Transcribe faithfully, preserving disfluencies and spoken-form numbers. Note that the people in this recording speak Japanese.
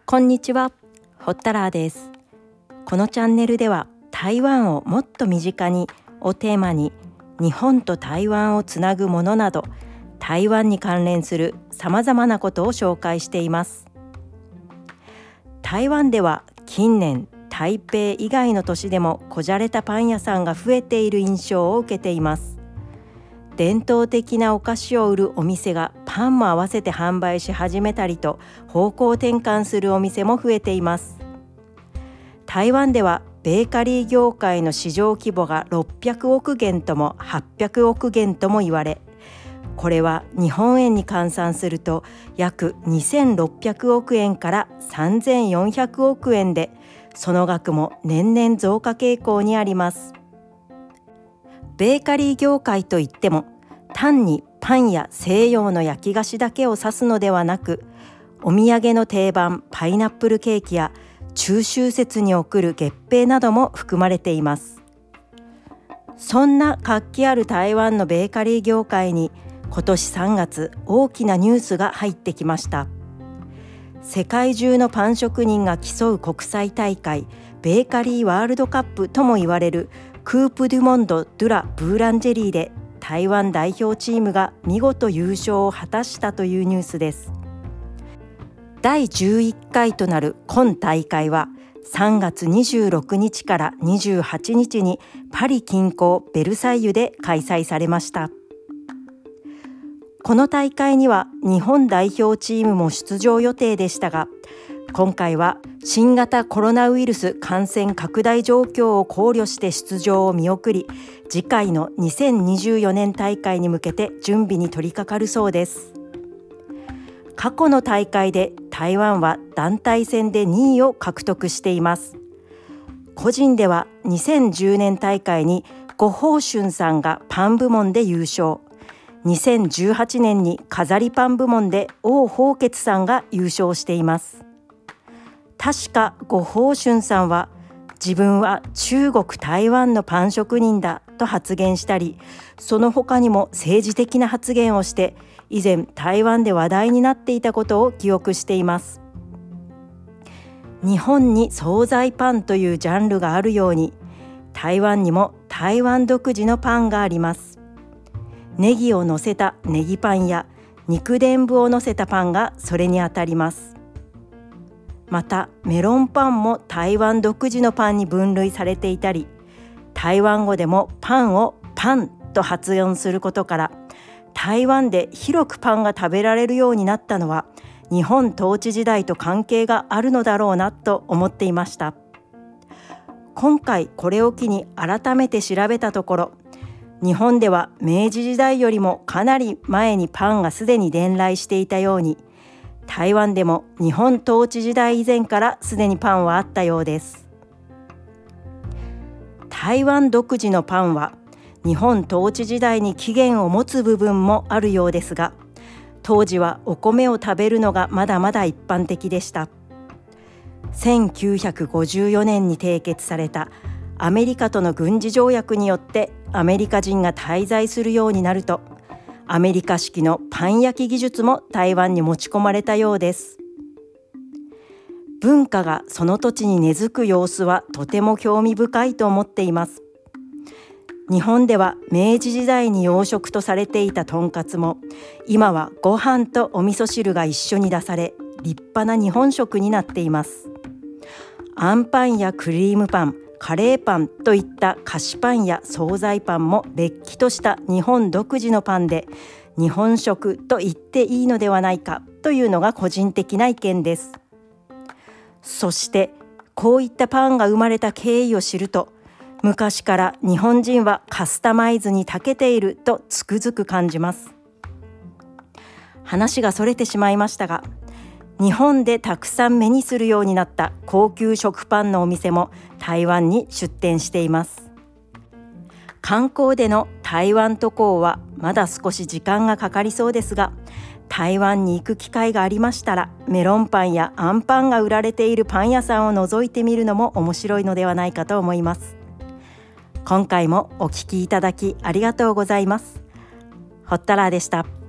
こんにちは、ホッタラーです。このチャンネルでは台湾をもっと身近にをテーマに、日本と台湾をつなぐものなど台湾に関連するさまざまなことを紹介しています。台湾では近年台北以外の都市でもこじゃれたパン屋さんが増えている印象を受けています。伝統的なお菓子を売るお店がパンも合わせて販売し始めたりと、方向転換するお店も増えています。台湾ではベーカリー業界の市場規模がろっぴゃくおくげんともはっぴゃくおくげんとも言われ、これは日本円に換算すると約にせんろっぴゃくおくえんからさんぜんよんひゃくおくえんで、その額も年々増加傾向にあります。ベーカリー業界といっても単にパンや西洋の焼き菓子だけを指すのではなく、お土産の定番パイナップルケーキや中秋節に送る月餅なども含まれています。そんな活気ある台湾のベーカリー業界に今年さんがつ大きなニュースが入ってきました。世界中のパン職人が競う国際大会ベーカリーワールドカップとも言われるクープ・デュ・モンド・ドゥ・ラ・ブーランジェリーで台湾代表チームが見事優勝を果たしたというニュースです。だいじゅういっかいとなる今大会はさんがつにじゅうろくにちからにじゅうはちにちにパリ近郊ベルサイユで開催されました。この大会には日本代表チームも出場予定でしたが、今回は新型コロナウイルス感染拡大状況を考慮して出場を見送り、次回のにせんにじゅうよねん大会に向けて準備に取り掛かるそうです。過去の大会で台湾は団体戦でにいを獲得しています。個人ではにせんじゅうねん大会に呉宝春さんがパン部門で優勝、にせんじゅうはちねんに飾りパン部門で王宝傑さんが優勝しています。確か呉宝春さんは自分は中国台湾のパン職人だと発言したり、その他にも政治的な発言をして以前台湾で話題になっていたことを記憶しています。日本に惣菜パンというジャンルがあるように、台湾にも台湾独自のパンがあります。ネギを乗せたネギパンや肉伝舞を乗せたパンがそれにあたります。またメロンパンも台湾独自のパンに分類されていたり、台湾語でもパンをパンと発音することから、台湾で広くパンが食べられるようになったのは日本統治時代と関係があるのだろうなと思っていました。今回これを機に改めて調べたところ、日本では明治時代よりもかなり前にパンがすでに伝来していたように、台湾でも日本統治時代以前からすでにパンはあったようです。台湾独自のパンは日本統治時代に起源を持つ部分もあるようですが、当時はお米を食べるのがまだまだ一般的でした。せんきゅうひゃくごじゅうよねんに締結されたアメリカとの軍事条約によってアメリカ人が滞在するようになると、アメリカ式のパン焼き技術も台湾に持ち込まれたようです。文化がその土地に根付く様子はとても興味深いと思っています。日本では明治時代に洋食とされていたとんかつも、今はご飯とお味噌汁が一緒に出され、立派な日本食になっています。あんパンやクリームパン、カレーパンといった菓子パンや惣菜パンもれっきとした日本独自のパンで、日本食と言っていいのではないかというのが個人的な意見です。そしてこういったパンが生まれた経緯を知ると、昔から日本人はカスタマイズに長けているとつくづく感じます。話がそれてしまいましたが、日本でたくさん目にするようになった高級食パンのお店も台湾に出店しています。観光での台湾渡航はまだ少し時間がかかりそうですが、台湾に行く機会がありましたら、メロンパンやあんパンが売られているパン屋さんを覗いてみるのも面白いのではないかと思います。今回もお聞きいただきありがとうございます。ホッタラーでした。